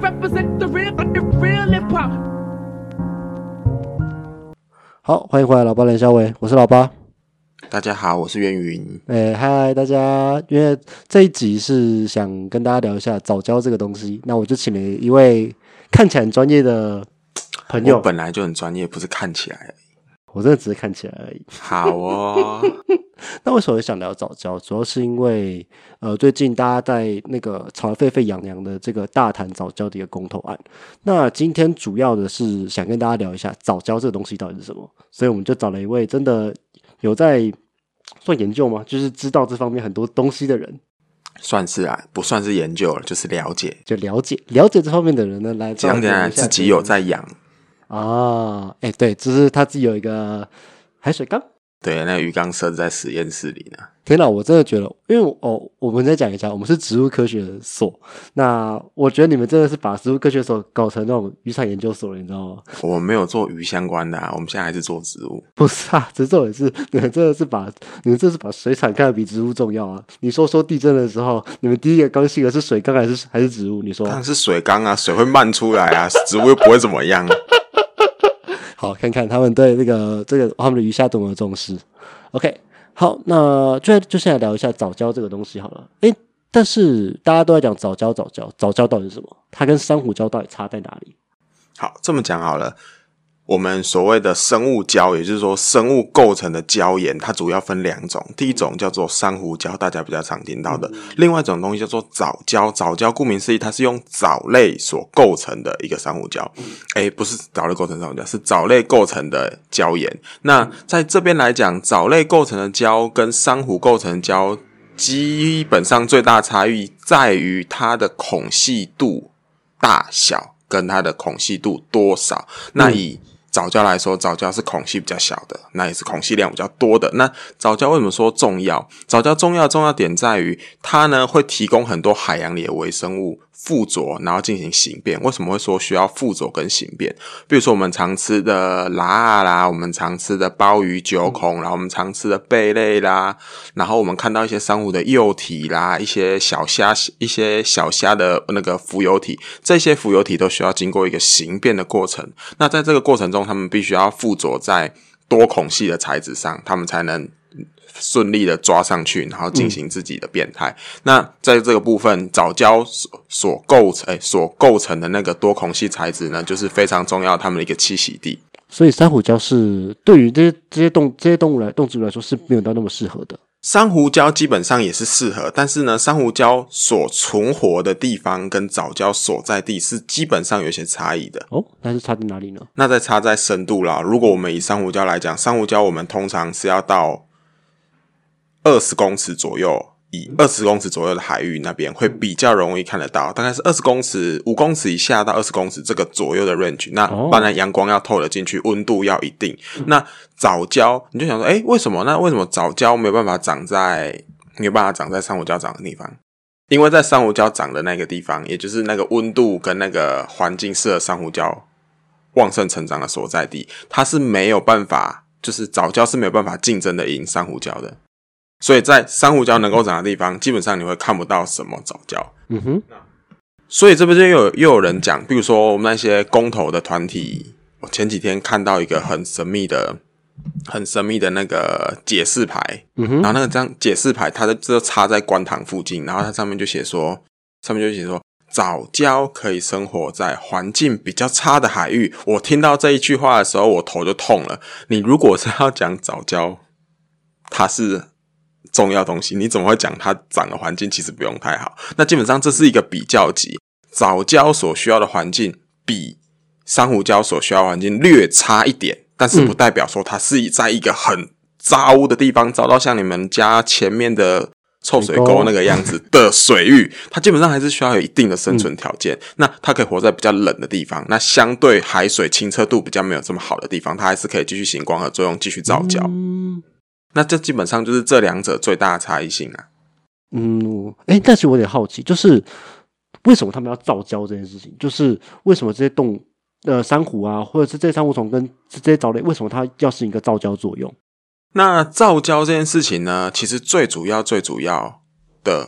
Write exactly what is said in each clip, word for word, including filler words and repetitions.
represent the real, the real hip hop. 好，欢迎回来，老爸冷小伟，我是老爸。 大家好，我是渊云。 哎，嗨，大家！因为这一集是想跟大家聊一下早教这个东西，那我就请了一位看起来很专业的朋友。 我本来就很专业，不是看起来而已。 我真的只是看起来而已。 好哦。 那为什么会想聊早教？主要是因为呃，最近大家在那个吵得沸沸扬扬的这个大谈早教的一个公投案。那今天主要的是想跟大家聊一下早教这个东西到底是什么，所以我们就找了一位真的有在算研究吗？就是知道这方面很多东西的人。 算是啊，不算是研究了，就是了解， 就了解了解这方面的人呢，来讲讲自己有在养啊，哎，对，就是他自己有一个海水缸。 对，那个鱼缸设置在实验室里呢。 天哪，我真的觉得，因为哦，我们再讲一下，我们是植物科学所，那我觉得你们真的是把植物科学所搞成那种渔产研究所了，你知道吗？ 我们没有做鱼相关的啊，我们现在还是做植物。 不是啊，这种也是，你们真的是把你们这是把水产看得比植物重要啊！你说说地震的时候，你们第一个刚性的是水缸还是还是植物？你说？ 当然是水缸啊，水会漫出来啊，植物又不会怎么样。 好，看看他们对这个这个他们的鱼虾多么重视。OK， 好，那就就先来聊一下早教这个东西好了。诶，但是大家都在讲早教，早教，早教到底是什么？它跟珊瑚礁到底差在哪里？ 好，这么讲好了。我们所谓的生物礁，也就是说生物构成的礁岩，它主要分两种。第一种叫做珊瑚礁，大家比较常听到的；另外一种东西叫做藻礁。藻礁顾名思义，它是用藻类所构成的一个珊瑚礁。诶，不是藻类构成珊瑚礁，是藻类构成的礁岩。那在这边来讲，藻类构成的礁跟珊瑚构成的礁，基本上最大差异在于它的孔隙度大小跟它的孔隙度多少。那以藻礁来说，藻礁是孔隙比较小的，那也是孔隙量比较多的。那藻礁为什么说重要？藻礁重要的重要点在于它呢会提供很多海洋里的微生物附着，然后进行形变。为什么会说需要附着跟形变？比如说我们常吃的蛤啦，我们常吃的鲍鱼、九孔，然后我们常吃的贝类啦，然后我们看到一些珊瑚的幼体啦，一些小虾、一些小虾的那个浮游体，这些浮游体都需要经过一个形变的过程。那在这个过程中，他们必须要附着在多孔隙的材质上，他们才能顺利的抓上去，然后进行自己的变态。嗯、那在这个部分，藻礁所所构成、欸、所构成的那个多孔隙材质呢，就是非常重要他们的一个栖息地。 所以珊瑚礁是对于这些这些动这些动物来动植物来说是没有到那么适合的。 珊瑚礁基本上也是适合，但是呢，珊瑚礁所存活的地方跟藻礁所在地是基本上有一些差异的。 哦，那是差在哪里呢？ 那在差在深度啦。如果我们以珊瑚礁来讲，珊瑚礁我们通常是要到二十公尺左右，以二十公尺左右的海域那边会比较容易看得到，大概是二十公尺、五公尺以下到二十公尺这个左右的 range。那当然阳光要透得进去，温度要一定。那藻礁你就想说，诶，为什么？那为什么藻礁没有办法长在没有办法长在珊瑚礁长的地方？因为在珊瑚礁长的那个地方，也就是那个温度跟那个环境适合珊瑚礁旺盛成长的所在地，它是没有办法，就是藻礁是没有办法竞争的赢珊瑚礁的。所以在珊瑚礁能够长的地方，基本上你会看不到什么藻礁。 嗯哼。 所以这边就又有又有人讲，比如说我们那些公投的团体，我前几天看到一个很神秘的、很神秘的那个解释牌， 嗯哼。 然后那个这样解释牌，它就插在观塘附近，然后它上面就写说，上面就写说，藻礁可以生活在环境比较差的海域。我听到这一句话的时候，我头就痛了。你如果是要讲藻礁，它是重要东西，你怎么会讲它长的环境其实不用太好？那基本上这是一个比较级，藻礁所需要的环境比珊瑚礁所需要的环境略差一点，但是不代表说它是在一个很糟的地方，糟到像你们家前面的臭水沟那个样子的水域，它基本上还是需要有一定的生存条件。嗯、那它可以活在比较冷的地方，那相对海水清澈度比较没有这么好的地方，它还是可以继续行光合作用，继续造礁。嗯，那这基本上就是这两者最大的差异性啊。 嗯，诶，但是我有点好奇，就是为什么他们要造礁这件事情？就是为什么这些动呃珊瑚啊，或者是这些珊瑚虫跟这些藻类，为什么它要是一个造礁作用？ 那造礁这件事情呢，其实最主要最主要的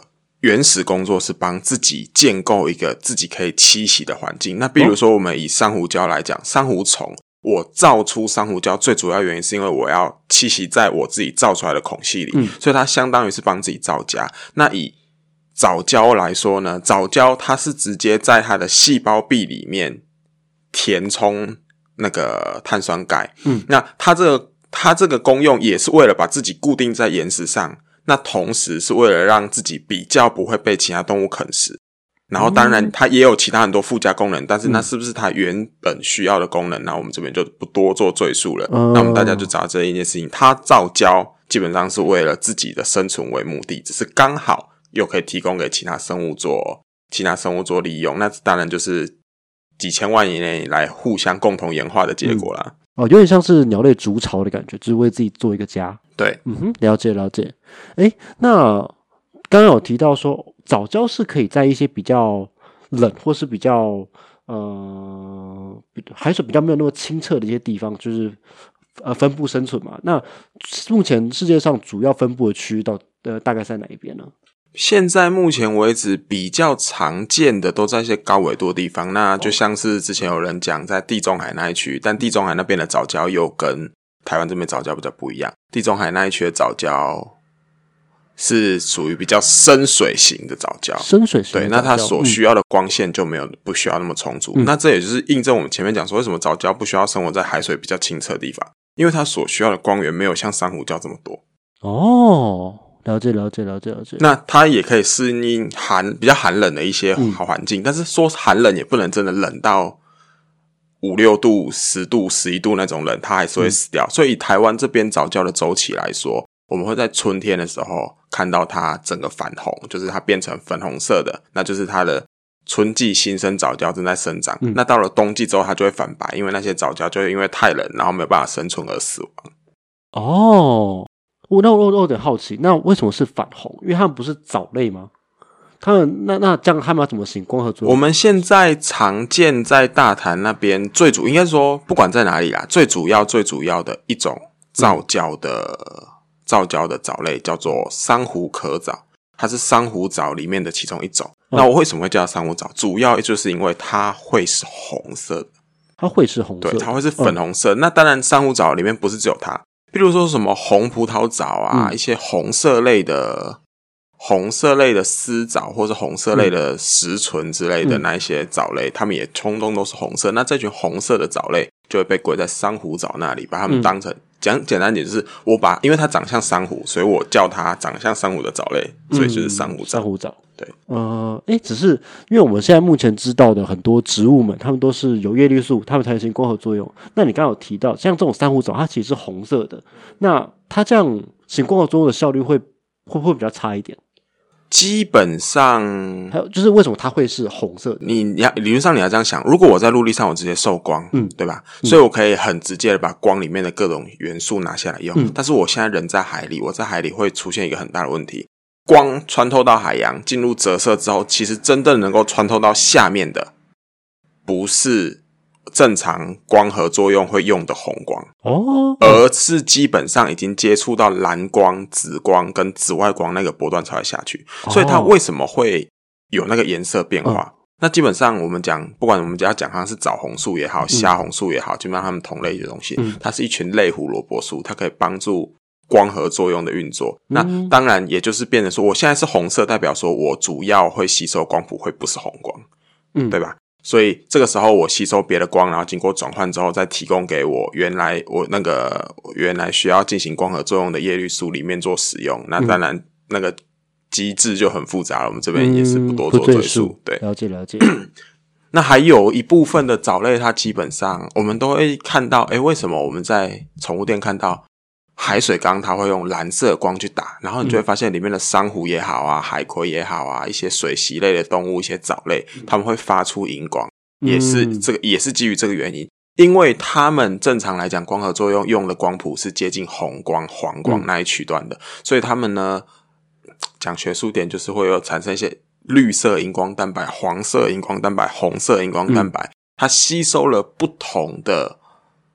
原始工作是帮自己建构一个自己可以栖息的环境。那比如说我们以珊瑚礁来讲，珊瑚虫，我造出珊瑚礁最主要原因是因为我要栖息在我自己造出来的孔隙里，嗯、所以它相当于是帮自己造家。那以藻礁来说呢，藻礁它是直接在它的细胞壁里面填充那个碳酸钙，嗯，那它这个它这个功用也是为了把自己固定在岩石上，那同时是为了让自己比较不会被其他动物啃食。然后当然它也有其他很多附加功能，但是那是不是它原本需要的功能，那我们这边就不多做赘述了。那我们大家就知道这一件事情，它造礁基本上是为了自己的生存为目的，只是刚好又可以提供给其他生物做其他生物做利用，那当然就是几千万以内来互相共同演化的结果啦。 嗯哦，有点像是鸟类筑巢的感觉，就是为自己做一个家。 对， 嗯哼，了解了解。诶，那刚刚有提到说，藻礁是可以在一些比较冷或是比较呃海水比较没有那么清澈的一些地方，就是呃分布生存嘛。那目前世界上主要分布的区域到呃大概在哪一边呢？ 现在目前为止比较常见的都在一些高纬度的地方，那就像是之前有人讲在地中海那一区，但地中海那边的藻礁又跟台湾这边藻礁比较不一样，地中海那一区的藻礁是属于比较深水型的藻礁， 深水型的藻礁， 对，那它所需要的光线就没有、嗯、不需要那么充足、嗯、那这也就是印证我们前面讲说为什么藻礁不需要生活在海水比较清澈的地方，因为它所需要的光源没有像珊瑚礁这么多。 哦，了解了解了解了解。 那它也可以适应寒比较寒冷的一些好环境、嗯、但是说寒冷也不能真的冷到五六度十度十一度那种冷，它还是会死掉、嗯、所以以台湾这边藻礁的周期来说，我们会在春天的时候看到它整个反红，就是它变成粉红色的，那就是它的春季新生藻礁正在生长、嗯、那到了冬季之后它就会反白，因为那些藻礁就会因为太冷然后没有办法生存而死亡。 哦，我那我有点好奇，那为什么是反红？因为他们不是藻类吗？他们那那这样他们要怎么行光合作用？ 我们现在常见在大潭那边最主应该说不管在哪里啦，最主要最主要的一种造礁的、嗯、造礁的藻类叫做珊瑚壳藻，它是珊瑚藻里面的其中一种、嗯、那我为什么会叫它珊瑚藻？主要就是因为它会是红色的， 它会是红色的， 对，它会是粉红色、嗯、那当然珊瑚藻里面不是只有它，比如说什么红葡萄藻啊、嗯、一些红色类的红色类的丝藻或是红色类的石唇之类的那一些藻类、嗯、它们也通通都是红色，那这群红色的藻类就会被归在珊瑚藻那里，把它们当成讲、嗯、简单点就是我把因为它长像珊瑚，所以我叫它长像珊瑚的藻类，所以就是珊瑚藻、嗯、珊瑚藻。对， 呃，诶，只是因为我们现在目前知道的很多植物们，它们都是有叶绿素，它们才行光合作用。那你刚刚有提到，像这种珊瑚藻，它其实是红色的，那它这样行光合作用的效率会会不会比较差一点？ 基本上， 还有就是为什么它会是红色的？ 你你要理论上你要这样想，如果我在陆地上我直接受光，嗯，对吧？嗯、所以我可以很直接的把光里面的各种元素拿下来用。嗯、但是我现在人在海里，我在海里会出现一个很大的问题。光穿透到海洋进入折射之后，其实真正能够穿透到下面的不是正常光合作用会用的红光哦，而是基本上已经接触到蓝光、紫光跟紫外光那个波段才会下去，所以它为什么会有那个颜色变化、哦、那基本上我们讲不管我们只要讲它是枣红素也好虾红素也好、嗯、基本上它们同类的东西、嗯、它是一群类胡萝卜素，它可以帮助光合作用的运作、嗯、那当然也就是变成说我现在是红色，代表说我主要会吸收光谱会不是红光、嗯、对吧？所以这个时候我吸收别的光，然后经过转换之后再提供给我原来我那个原来需要进行光合作用的叶绿素里面做使用，那当然那个机制就很复杂了，我们这边也是不多做赘述、嗯、对， 了解了解那还有一部分的藻类它基本上我们都会看到，诶，为什么我们在宠物店看到海水缸它会用蓝色光去打，然后你就会发现里面的珊瑚也好啊、海葵也好啊，一些水螅类的动物，一些藻类，它们会发出荧光，也是这个也是基于这个原因，因为它们正常来讲光合作用用的光谱是接近红光、黄光那一区段的，所以它们呢讲学术点就是会有产生一些绿色荧光蛋白、黄色荧光蛋白、红色荧光蛋白，它吸收了不同的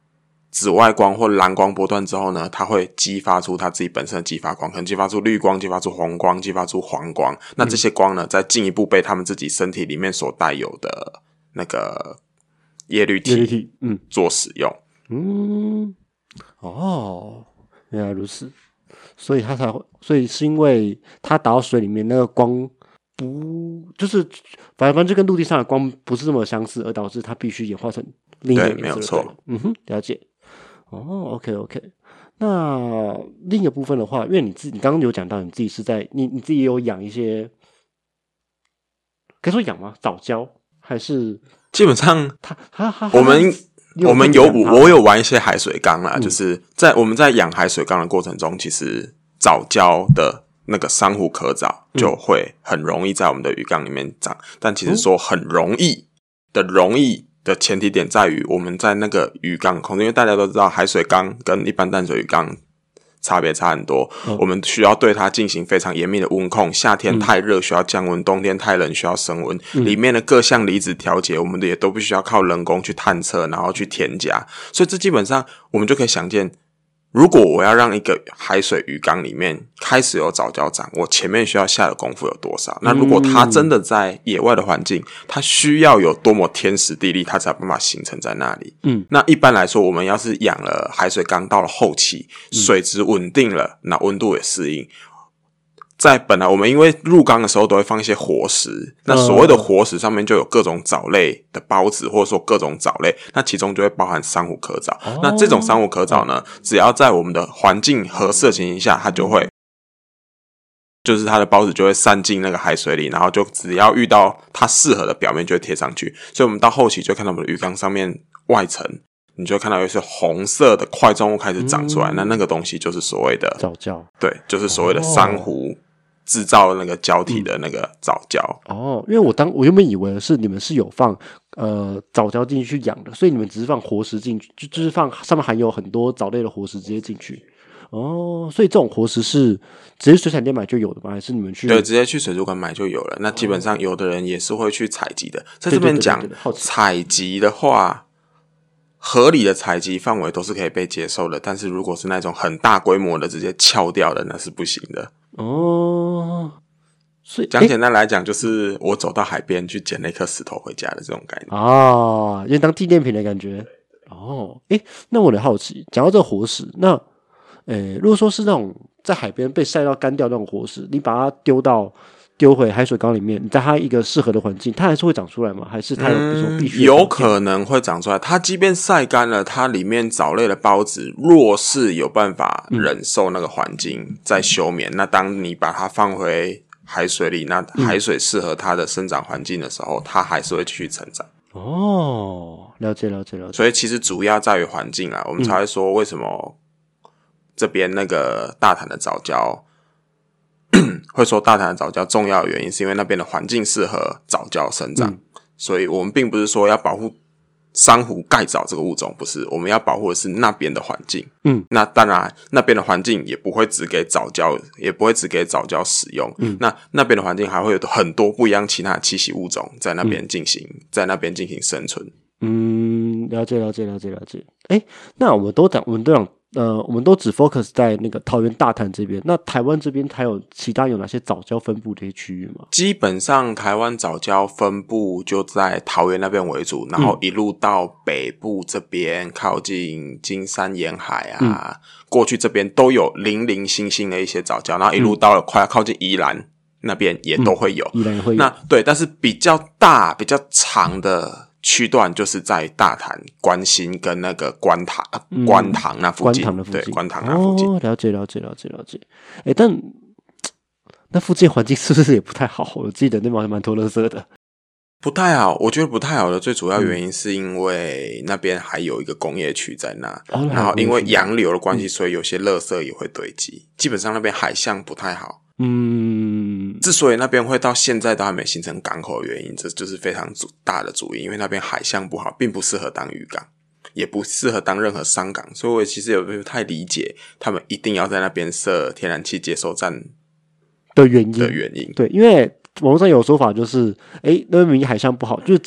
紫外光或蓝光波段之后呢，它会激发出它自己本身的激发光，可能激发出绿光，激发出红光，激发出黄光。那这些光呢，再进一步被他们自己身体里面所带有的那个叶绿体， 叶绿体，嗯， 做使用。 嗯，哦，原来如此，所以它才会，所以是因为它打到水里面那个光不就是反正就跟陆地上的光不是这么相似，而导致它必须演化成另一个颜色。 对，没有错。 嗯哼，了解。哦 ，OK OK。那另一个部分的话，因为你自己你刚刚有讲到你自己是在你你自己有养一些，可以说养吗？藻礁还是基本上它它它我们我们有我有玩一些海水缸啦， 嗯、 就是在我们在养海水缸的过程中，其实藻礁的那个珊瑚壳藻就会很容易在我们的鱼缸里面长，嗯、但其实说很容易的容易的前提点在于我们在那个鱼缸空间，因为大家都知道海水缸跟一般淡水鱼缸差别差很多，嗯、我们需要对它进行非常严密的温控，夏天太热需要降温，嗯、冬天太冷需要升温，嗯、里面的各项离子调节我们也都必须要靠人工去探测，然后去添加，所以这基本上我们就可以想见，如果我要让一个海水鱼缸里面开始有藻礁长，我前面需要下的功夫有多少？那如果它真的在野外的环境，它需要有多么天时地利，它才有办法形成在那里。嗯，那一般来说，我们要是养了海水缸，到了后期，水质稳定了，那温度也适应。在本来我们因为入缸的时候都会放一些活食，那所谓的活食上面就有各种藻类的孢子，或者说各种藻类，那其中就会包含珊瑚壳藻。哦、那这种珊瑚壳藻呢，只要在我们的环境合适的情形下，它就会，就是它的孢子就会散进那个海水里，然后就只要遇到它适合的表面就会贴上去。所以我们到后期就看到我们的鱼缸上面外层，你就会看到有一些红色的块状物开始长出来，嗯、那那个东西就是所谓的藻礁， 对，就是所谓的珊瑚。哦制造那个胶体的那个藻礁、 嗯、哦，因为我当我原本以为是你们是有放呃藻礁进去养的，所以你们只是放活食进去，就就是放上面含有很多藻类的活食直接进去。哦，所以这种活食是直接水产店买就有的吗？还是你们去？ 对，直接去水族馆买就有了。那基本上有的人也是会去采集的。在这边讲采集的话，合理的采集范围都是可以被接受的，但是如果是那种很大规模的直接敲掉的，那是不行的。哦，所以讲简单来讲，就是我走到海边去捡了一颗石头回家的这种概念啊，因为当纪念品的感觉。哦，诶，那我有点好奇，讲到这个活食，那诶，如果说是那种在海边被晒到干掉那种活食，你把它丢到丢回海水缸里面，你在它一个适合的环境，它还是会长出来吗？还是它有比如说必须、 嗯、有可能会长出来？它即便晒干了，它里面藻类的孢子，若是有办法忍受那个环境、嗯、再休眠，那当你把它放回海水里，那海水适合它的生长环境的时候，它还是会继续成长。 哦，了解了解了解。 所以其实主要在于环境啦，我们才会说为什么这边那个大潭的藻礁会说大潭的藻礁重要的原因是因为那边的环境适合藻礁生长、嗯、所以我们并不是说要保护珊瑚盖藻这个物种，不是，我们要保护的是那边的环境。嗯，那当然那边的环境也不会只给藻礁，也不会只给藻礁使用。嗯，那那边的环境还会有很多不一样其他的栖息物种在那边进行、嗯、在那边进行生存。 嗯，了解了解了解了解。诶，那我们都讲我们都讲呃，我们都只 focus 在那个桃园大潭这边，那台湾这边还有其他有哪些藻礁分布的一些区域吗？ 基本上台湾藻礁分布就在桃园那边为主，然后一路到北部这边靠近金山沿海啊、嗯、过去这边都有零零星星的一些藻礁，然后一路到了快要靠近宜兰那边也都会有、 嗯、宜兰也会有。 那对，但是比较大比较长的区段就是在大潭、关心跟那个观塘、嗯、观塘那附近， 观塘的附近， 对，观塘那附近。 哦，了解了解了解了解。诶，但那附近环境是不是也不太好？我记得那边还蛮多垃圾的。 不太好，我觉得不太好的最主要原因是因为那边还有一个工业区在那、嗯、然后因为洋流的关系、嗯、所以有些垃圾也会堆积，基本上那边海象不太好。嗯，之所以那边会到现在都还没形成港口的原因，这就是非常大的主因，因为那边海象不好，并不适合当渔港，也不适合当任何商港，所以我其实也不太理解他们一定要在那边设天然气接收站的原因的原因。 对，因为网络上有说法就是，诶，那边明明海象不好，就是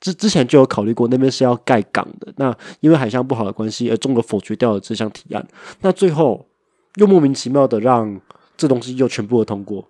之之前就有考虑过那边是要盖港的，那因为海象不好的关系而中国否决掉了这项提案，那最后又莫名其妙的让这东西又全部的通过。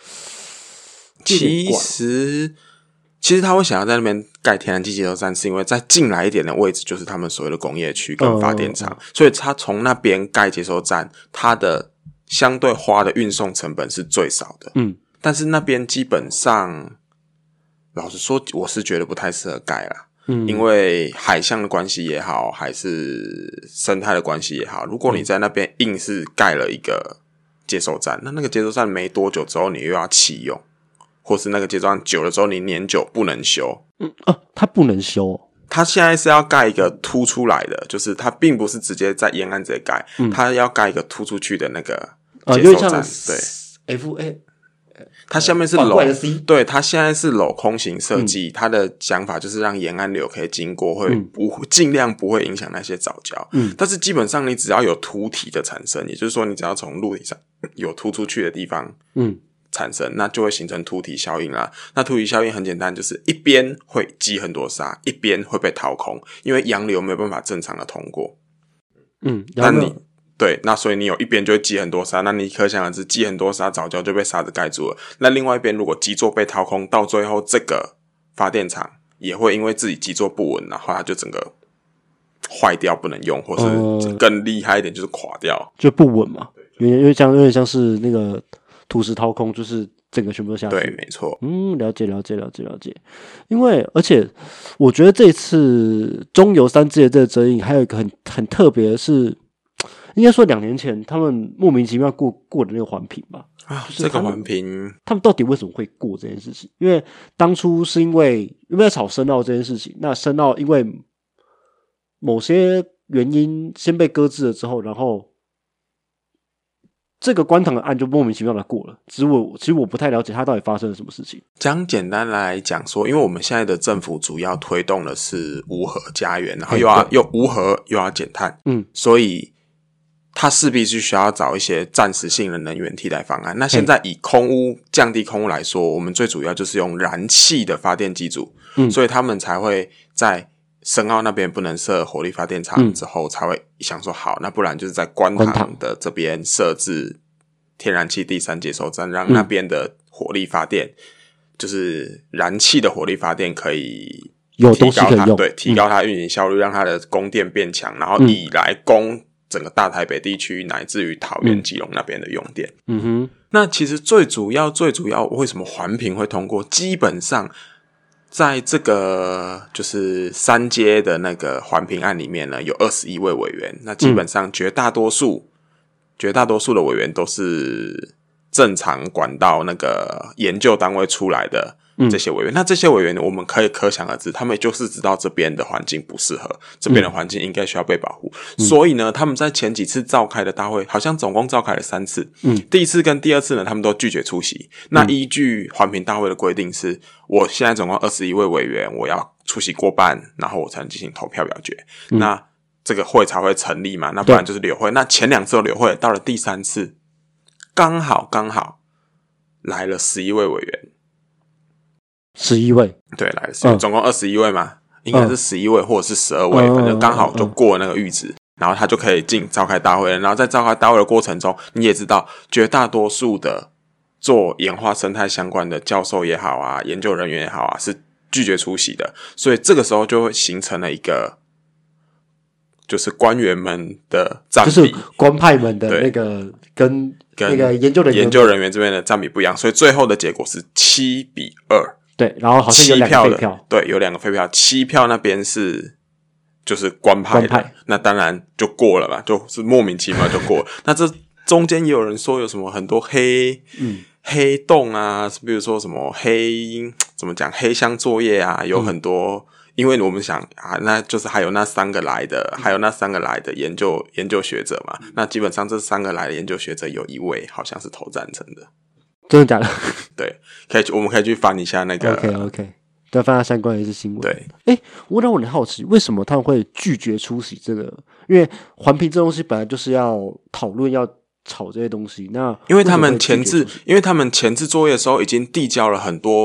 其实其实他会想要在那边盖天然气接收站，是因为在进来一点的位置就是他们所谓的工业区跟发电厂，嗯嗯嗯，所以他从那边盖接收站，它的相对花的运送成本是最少的。嗯，但是那边基本上，老实说，我是觉得不太适合盖啦。嗯，因为海象的关系也好，还是生态的关系也好，如果你在那边硬是盖了一个接收站，那那个接收站没多久之后，你又要弃用。或是那个接收站久了之后，你年久不能修。 嗯啊，它不能修、哦。 它现在是要盖一个凸出来的，就是它并不是直接在沿岸直接盖，嗯、它要盖一个凸出去的那个接收站。呃、 对 ，F A， 它下面是镂，对，它现在是镂空型设计、嗯。它的讲法就是让沿岸流可以经过，会不尽量不会影响那些藻礁。嗯，但是基本上你只要有凸体的产生，也就是说你只要从陆地上有凸出去的地方，嗯。产生，那就会形成凸体效应啦。那凸体效应很简单，就是一边会积很多沙，一边会被掏空，因为洋流没有办法正常的通过。嗯，那你对，那所以你有一边就会积很多沙，那你可想而知，积很多沙，藻礁就被沙子盖住了。那另外一边如果基座被掏空，到最后这个发电厂也会因为自己基座不稳，然后它就整个坏掉不能用，或是更厉害一点就是垮掉， 就不稳嘛。因为因为这样有点像是那个。土石掏空，就是整个全部都下去。 对，没错。 嗯，了解，了解，了解，了解。因为，而且，我觉得这次中油三接的这个争议，还有一个很很特别的是，应该说两年前他们莫名其妙过过的那个环评吧。 啊，就是、这个环评， 他们到底为什么会过这件事情？因为当初是因为因为在炒深澳这件事情，那深澳因为某些原因先被搁置了之后，然后。这个观塘的案就莫名其妙的过了，只是我其实我不太了解它到底发生了什么事情。 讲简单来讲说，因为我们现在的政府主要推动的是无核家园，然后又要又无核又要减碳，嗯，所以它势必是需要找一些暂时性的能源替代方案。那现在以空污降低空污来说，我们最主要就是用燃气的发电机组，嗯，所以他们才会在深澳那边不能设火力发电厂之后，才会想说好，那不然就是在观塘的这边设置天然气第三接收站，让那边的火力发电，嗯、就是燃气的火力发电可以有东西可以用， 对，提高它的运行效率，嗯、让它的供电变强，然后以来供整个大台北地区乃至于桃园、基隆那边的用电。嗯哼，那其实最主要、最主要，为什么环评会通过？基本上。在这个就是三接的那个环评案里面呢，有二十一位委员，那基本上绝大多数、嗯、绝大多数的委员都是正常管道那个研究单位出来的这些委员、嗯、那这些委员我们可以可想而知，他们就是知道这边的环境不适合，这边的环境应该需要被保护、嗯、所以呢他们在前几次召开的大会好像总共召开了三次、嗯、第一次跟第二次呢他们都拒绝出席、嗯、那依据环评大会的规定是我现在总共二十一位委员，我要出席过半，然后我才能进行投票表决、嗯、那这个会才会成立嘛，那不然就是流会，那前两次都流会，到了第三次刚好刚好来了十一位委员， 十一位， 对，来了十一位、嗯、总共二十一位嘛，应该是十一位或者是十二位、嗯、反正刚好就过了那个阈值、嗯、然后他就可以进召开大会了。然后在召开大会的过程中，你也知道绝大多数的做演化生态相关的教授也好啊，研究人员也好啊，是拒绝出席的，所以这个时候就会形成了一个就是官员们的占比， 就是官派们的那个跟那个研究人员研究人员这边的占比不一样，所以最后的结果是七比二。 对，然后好像有两个废票， 对，有两个废票，七票那边是就是官派的， 官派那当然就过了嘛，就是莫名其妙就过了。那这中间也有人说有什么很多黑嗯黑洞啊，比如说什么黑怎么讲黑箱作业啊，有很多。嗯，因为我们想啊，那就是还有那三个来的，还有那三个来的研究研究学者嘛。那基本上这三个来的研究学者有一位好像是投赞成的， 真的假的？ 对，可以，我们可以去翻一下那个。 OK OK， 对，翻下相关的一些新闻。 对， 哎，我让我很好奇，为什么他们会拒绝出席这个？因为环评这东西本来就是要讨论、要吵这些东西。那因为他们前置，因为他们前置作业的时候已经递交了很多。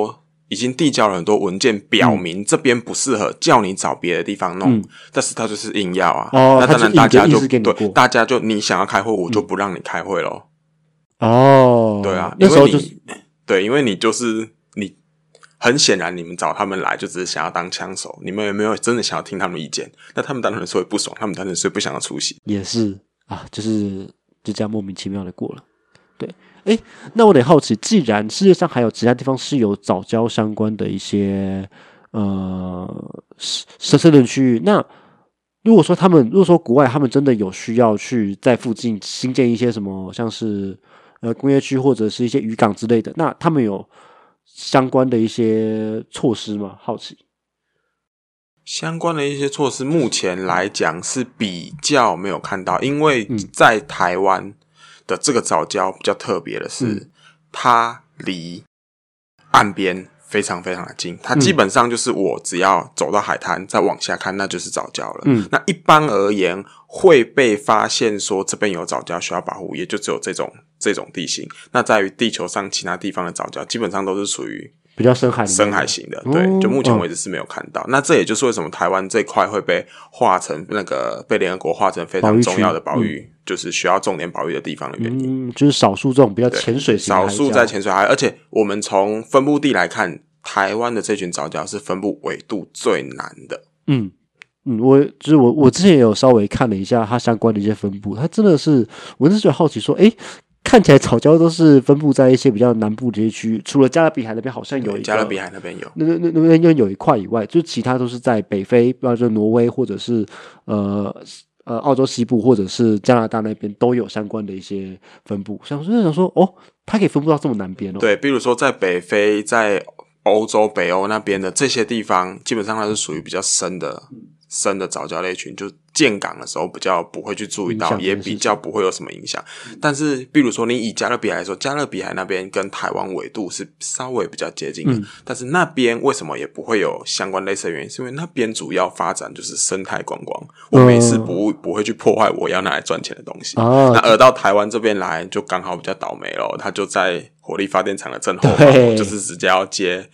已经递交了很多文件，表明这边不适合，叫你找别的地方弄，嗯、但是他就是硬要啊。 哦， 那当然大家就对， 大家就你想要开会，我就不让你开会咯。 哦， 对啊， 那时候就是对，因为你就是你，很显然你们找他们来就只是想要当枪手，你们有没有真的想要听他们意见？那他们当然是会不爽，他们当然是不想要出席。 也是啊，就是就这样莫名其妙的过了。对。诶，那我得好奇，既然世界上还有其他地方是有藻礁相关的一些呃深深的区域，那如果说他们，如果说国外他们真的有需要去在附近新建一些什么，像是呃工业区或者是一些渔港之类的，那他们有相关的一些措施吗？好奇。 相关的一些措施，目前来讲是比较没有看到，因为在台湾的这个藻礁比较特别的是，嗯、它离岸边非常非常的近，它基本上就是我只要走到海滩再往下看，那就是藻礁了。嗯，那一般而言会被发现说这边有藻礁需要保护，也就只有这种这种地形。那在于地球上其他地方的藻礁，基本上都是属于比较深海深海型的，对，就目前为止是没有看到。哦、那这也就是为什么台湾这块会被划成那个被联合国划成非常重要的保育，嗯、就是需要重点保育的地方的原因。 嗯，就是少数这种比较潜水型的海礁， 少数在潜水海，而且我们从分布地来看，台湾的这群藻礁是分布纬度最南的。 嗯嗯，我就是我我之前也有稍微看了一下它相关的一些分布，它真的是我是觉得好奇说，诶。看起来藻礁都是分布在一些比较南部的一些区域，除了加勒比海那边好像有一个， 加勒比海那边有， 那那那那边有一块以外，就其他都是在北非，不知道就是挪威或者是呃呃澳洲西部或者是加拿大那边都有相关的一些分布。想说想说哦，它可以分布到这么南边哦。 对，比如说在北非、在欧洲、北欧那边的这些地方，基本上它是属于比较深的。深的藻礁类群，就建港的时候比较不会去注意到，也比较不会有什么影响。但是，比如说你以加勒比海来说，加勒比海那边跟台湾纬度是稍微比较接近的，嗯、但是那边为什么也不会有相关类似的原因？是因为那边主要发展就是生态观光，我每次不不会去破坏我要拿来赚钱的东西。哦、那而到台湾这边来，就刚好比较倒霉咯，他就在火力发电厂的正后方，就是直接要接。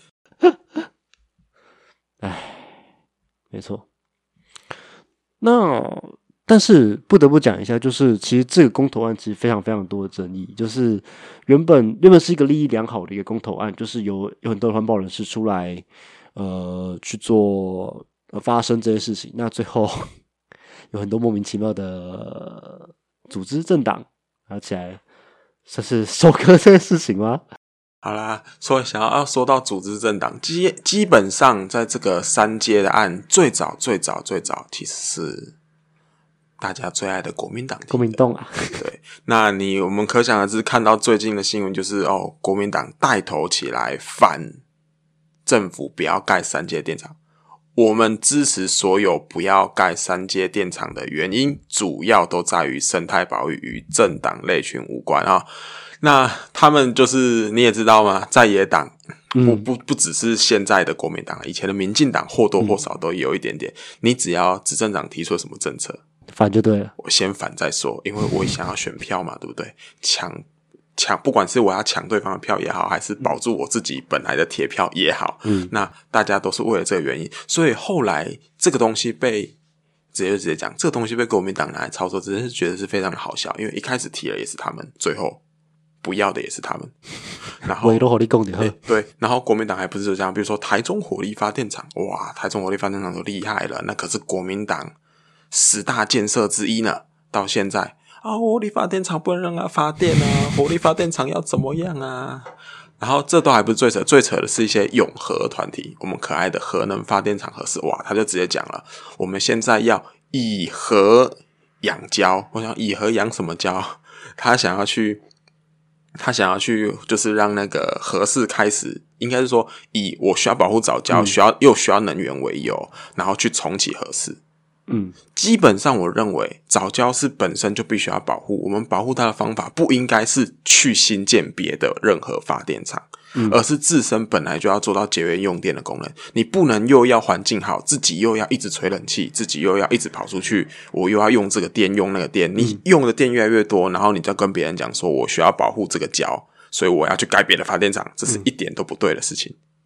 唉，没错。那但是不得不讲一下，就是其实这个公投案其实非常非常多的争议，就是原本原本是一个利益良好的一个公投案，就是有有很多环保人士出来呃去做呃发声这些事情，那最后有很多莫名其妙的组织政党拿起来算是收割这件事情吗？ 好啦，所以想要要说到组织政党，基基本上在这个三阶的案，最早最早最早其实是大家最爱的国民党， 国民党啊， 对。那你我们可想而知，看到最近的新闻就是哦，国民党带头起来反政府不要盖三阶电厂。我们支持所有不要盖三阶电厂的原因，主要都在于生态保育与政党类群无关啊。那他们就是你也知道吗？在野党不不不只是现在的国民党，以前的民进党或多或少都有一点点。你只要执政党提出什么政策， 反就对了。 我先反再说，因为我也想要选票嘛，对不对？抢抢，不管是我要抢对方的票也好，还是保住我自己本来的铁票也好，嗯，那大家都是为了这个原因，所以后来这个东西被。直接就直接讲，这个东西被国民党拿来操作，真的是觉得是非常的好笑，因为一开始提了也是他们，最后不要的也是他们。然后， 火力供的对，然后国民党还不是就这样，比如说台中火力发电厂，哇，台中火力发电厂都厉害了，那可是国民党十大建设之一呢。到现在啊，火力发电厂不能让它发电啊，火力发电厂要怎么样啊？然后这都还不是最扯，最扯的是一些永和团体，我们可爱的核能发电厂核四，哇，他就直接讲了，我们现在要以核养礁。我想以核养什么礁？他想要去，他想要去，就是让那个核四开始，应该是说以我需要保护藻礁，嗯、需要又需要能源为由，然后去重启核四。嗯，基本上我认为藻礁是本身就必须要保护，我们保护它的方法不应该是去新建别的任何发电厂，嗯、而是自身本来就要做到节约用电的功能。你不能又要环境好，自己又要一直吹冷气，自己又要一直跑出去，我又要用这个电用那个电，你用的电越来越多，然后你再跟别人讲说我需要保护这个礁，所以我要去盖别的发电厂，这是一点都不对的事情。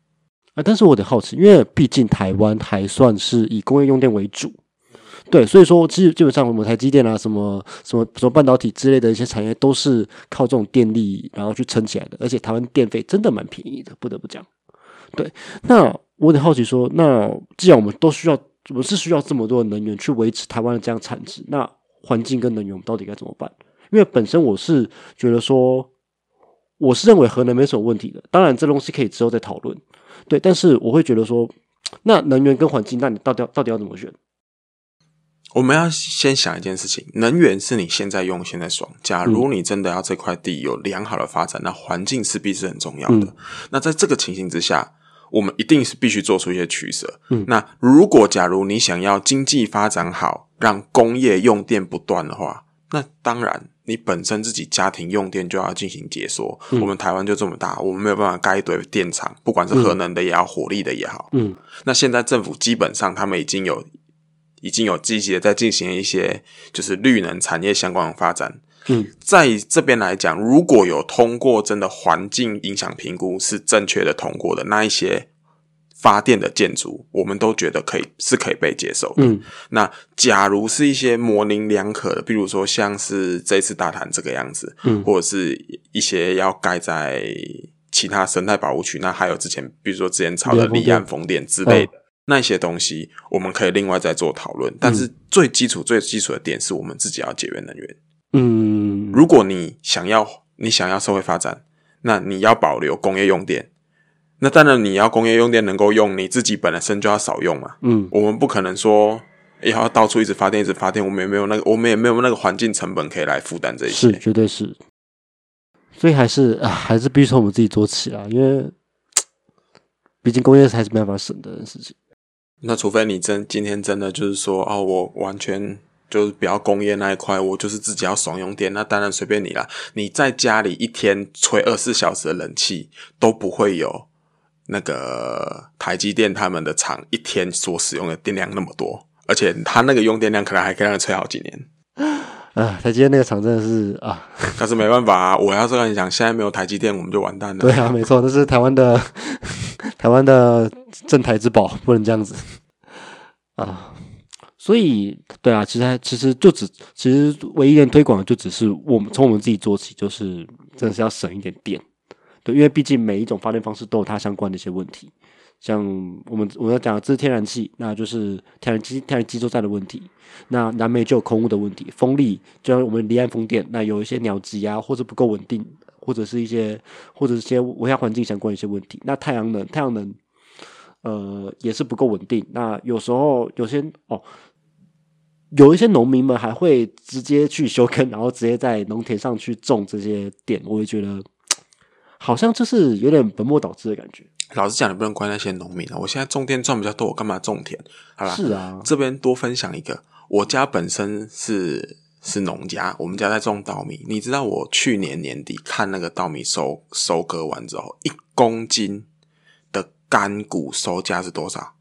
啊，但是我有点好奇，因为毕竟台湾还算是以工业用电为主，对，所以说其实基本上我们台积电啊，什么什么什么半导体之类的一些产业，都是靠这种电力然后去撑起来的，而且台湾电费真的蛮便宜的，不得不讲。对，那我有点好奇说，那既然我们都需要，我们是需要这么多的能源去维持台湾的这样产值，那环境跟能源我们到底该怎么办？因为本身我是觉得说，我是认为核能没什么问题的，当然这东西可以之后再讨论。对，但是我会觉得说，那能源跟环境，那你到底要到底要怎么选？ 我们要先想一件事情，能源是你现在用现在爽，假如你真的要这块地有良好的发展，那环境势必是很重要的、嗯、那在这个情形之下，我们一定是必须做出一些取舍、嗯、那如果假如你想要经济发展好，让工业用电不断的话，那当然你本身自己家庭用电就要进行解缩、嗯、我们台湾就这么大，我们没有办法盖一堆电厂，不管是核能的也好、嗯、火力的也好、嗯、那现在政府基本上他们已经有已经有积极的在进行一些就是绿能产业相关的发展。嗯，在这边来讲，如果有通过真的环境影响评估是正确的通过的那一些发电的建筑，我们都觉得可以是可以被接受的。嗯，那假如是一些模棱两可的，比如说像是这次大潭这个样子，嗯，或者是一些要盖在其他生态保护区，那还有之前比如说之前炒的离岸风电之类的。嗯，那些东西我们可以另外再做讨论，但是最基础最基础的点是我们自己要节约能源。嗯，如果你想要你想要社会发展，那你要保留工业用电，那当然你要工业用电能够用，你自己本身就要少用嘛。嗯，我们不可能说也要到处一直发电一直发电，我们也没有那个我们也没有那个环境成本可以来负担这些。 是，绝对是。所以还是啊，还是必须从我们自己做起啊，因为毕竟工业还是没办法省的事情。 那除非你真今天真的就是说哦，我完全就是不要工业那一块，我就是自己要爽用电，那当然随便你啦。你在家里一天吹二十四小时的冷气都不会有那个台积电他们的厂一天所使用的电量那么多，而且他那个用电量可能还可以让你吹好几年。 啊，台积电那个厂真的是啊， 但是没办法啊，我要是跟你讲，现在没有台积电我们就完蛋了。 对啊，没错，那是台湾的台湾的镇台之宝，不能这样子啊。所以，对啊，其实其实就只其实唯一能推广的就只是我们从我们自己做起，就是真的是要省一点电。对，因为毕竟每一种发电方式都有它相关的一些问题。像我们我要讲的这是天然气，那就是天然气天然气周站的问题。那燃煤就有空污的问题，风力就像我们离岸风电，那有一些鸟击啊，或者不够稳定，或者是一些或者是一些危害环境相关的一些问题。那太阳能，太阳能呃也是不够稳定。那有时候有些哦，有一些农民们还会直接去休耕，然后直接在农田上去种这些电，我也觉得好像就是有点本末倒置的感觉。 老实讲，你不能怪那些农民啊！我现在种电赚比较多，我干嘛种田？好啦， 是啊， 这边多分享一个，我家本身是是农家，我们家在种稻米。你知道我去年年底看那个稻米收收割完之后，一公斤的干谷收价是多少？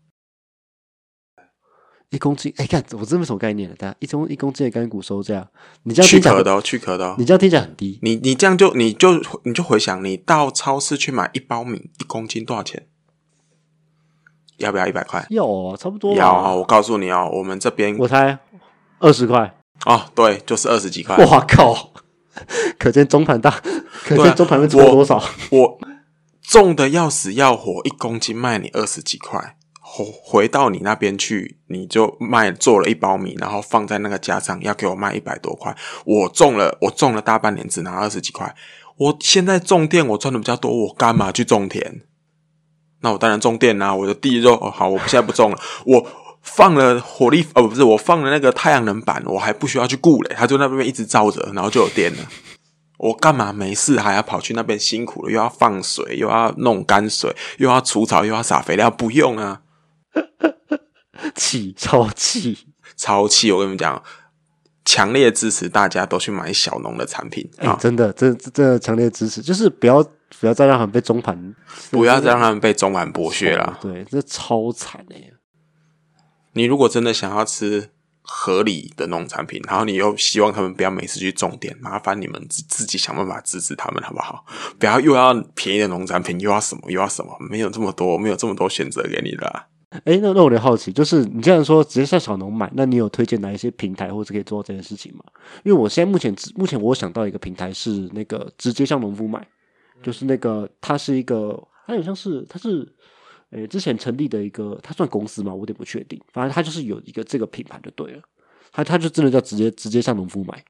一公斤，哎，看我这是什么概念了？大家一公一公斤的干谷收价，你这样去壳的哦，去壳的哦， 你这样听起来很低。 你你这样就你就你就回想，你到超市去买一包米，一公斤多少钱？要不要一百块？ 要啊，差不多吧。 要啊，我告诉你哦，我们这边我猜二十块。 哦，对，就是二十几块。 哇靠！可见中盘大，可见中盘会抽多少？ 我, 我种的要死要活，一公斤卖你二十几块。回到你那边去，你就卖做了一包米，然后放在那个架上，要给我卖一百多块。我种了，我种了大半年，只拿二十几块。我现在种电，我赚的比较多，我干嘛去种田？那我当然种电啊，我的地肉哦，好，我现在不种了。我放了火力，哦，不是，我放了那个太阳能板，我还不需要去顾嘞，它就那边一直照着，然后就有电了。我干嘛没事还要跑去那边辛苦了，又要放水，又要弄干水，又要除草，又要撒肥料？不用啊。 气，超气， 超气！我跟你们讲，强烈支持大家都去买小农的产品。 哎、欸，真的，真的真的强烈支持，就是不要不要再让他们被中盘， 不要再让他们被中盘剥削了。 对，这超惨哎、欸！ 你如果真的想要吃合理的农产品，然后你又希望他们不要每次去种田，麻烦你们自自己想办法支持他们好不好？不要又要便宜的农产品，又要什么又要什么，没有这么多，没有这么多选择给你的啊。 哎，那那我有点好奇，就是你既然说直接向小农买，那你有推荐哪一些平台或者可以做到这件事情吗？因为我现在目前目前我想到一个平台是那个直接向农夫买，就是那个它是一个，它有像是它是，诶之前成立的一个，它算公司吗？我有点不确定，反正它就是有一个这个品牌就对了，它它就真的叫直接直接向农夫买。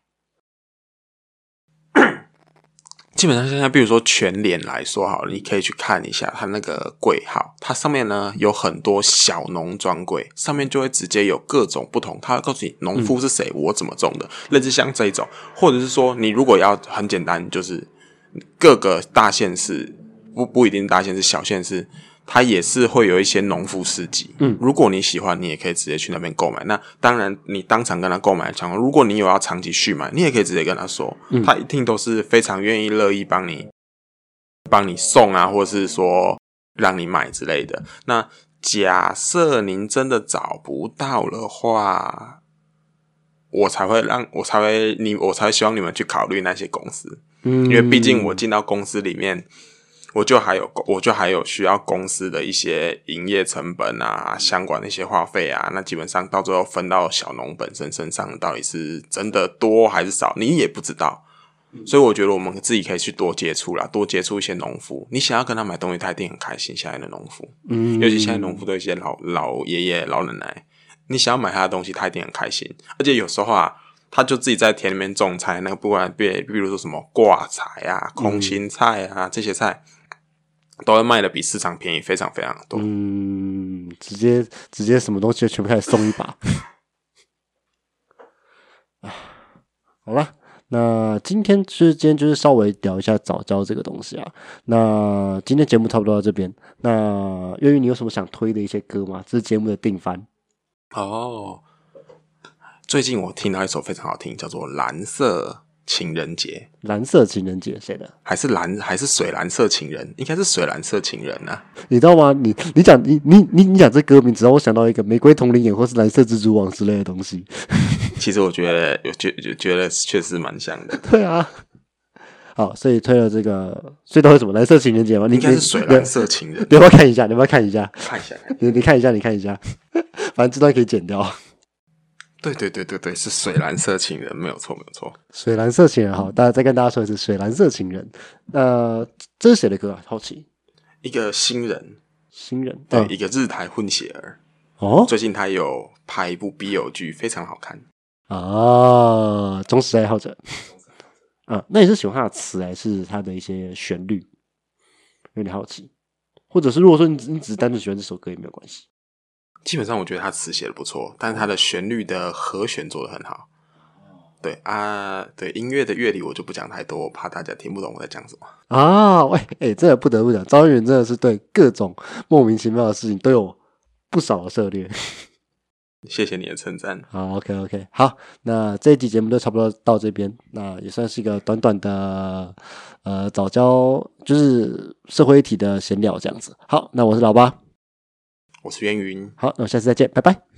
基本上现在比如说全联来说好了，你可以去看一下它那个柜号，它上面呢有很多小农专柜，上面就会直接有各种不同，它会告诉你农夫是谁、嗯、我怎么种的，类似像这一种，或者是说你如果要很简单，就是各个大县市不不一定大县市，小县市它也是会有一些农夫市集，嗯，如果你喜欢，你也可以直接去那边购买。那当然，你当场跟他购买的情况，如果你有要长期续买，你也可以直接跟他说，嗯，他一定都是非常愿意乐意帮你帮你送啊，或者是说让你买之类的。那假设您真的找不到的话，我才会让我才会你我才会希望你们去考虑那些公司，嗯，因为毕竟我进到公司里面。我就还有我就还有需要公司的一些营业成本啊，相关的一些花费啊，那基本上到最后分到小农本身身上到底是真的多还是少，你也不知道。所以我觉得我们自己可以去多接触啦，多接触一些农夫。你想要跟他买东西，他一定很开心。现在的农夫，嗯，尤其现在农夫都有一些老老爷爷、老奶奶，你想要买他的东西，他一定很开心。而且有时候啊，他就自己在田里面种菜，那个不管比比如说什么挂菜啊、空心菜啊、嗯、这些菜。都会卖的比市场便宜非常非常多。 嗯，直接直接什么东西全部开始送一把。好了，那今天就是今天就是稍微聊一下早教这个东西啊。那今天节目差不多到这边。那渊宇，你有什么想推的一些歌吗？这是节目的定番。 哦，最近我听到一首非常好听，叫做《蓝色情人节》。 蓝色情人节谁的？ 还是蓝还是水蓝色情人？应该是水蓝色情人啊。 你知道吗？你你讲你你你你讲这歌名，只让我想到一个玫瑰同龄眼或是蓝色蜘蛛网之类的东西。 其实我觉得，我觉觉得确实蛮像的。 对啊。好，所以推了这个，所以都会什么蓝色情人节吗？你应该是水蓝色情人。 你要不要看一下？你要不要看一下？ 看一下， 你你看一下，你看一下。反正这段可以剪掉。 对对对对对，是水蓝色情人，没有错没有错。 水蓝色情人，好，大家再跟大家说一次，水蓝色情人。呃，这是谁的歌啊？好奇。 一个新人， 新人， 对， 嗯、 一个日台混血儿。 哦， 最近他有拍一部 B L 剧，非常好看。 啊，忠实爱好者。啊，那你是喜欢他的词还是他的一些旋律？有点好奇。或者是如果说你你只是单纯喜欢这首歌也没有关系。 基本上我觉得他词写的不错，但是他的旋律的和弦做得很好。对啊，对音乐的乐理我就不讲太多，我怕大家听不懂我在讲什么啊。喂，哎，这个不得不讲，张元真的是对各种莫名其妙的事情都有不少的涉猎。 谢谢你的称赞。 好 ，OK OK， 好，那这一集节目就差不多到这边，那也算是一个短短的呃早教，就是社会议题的闲聊这样子。好，那我是老八。 我是渊云， 好，那我下次再见，拜拜。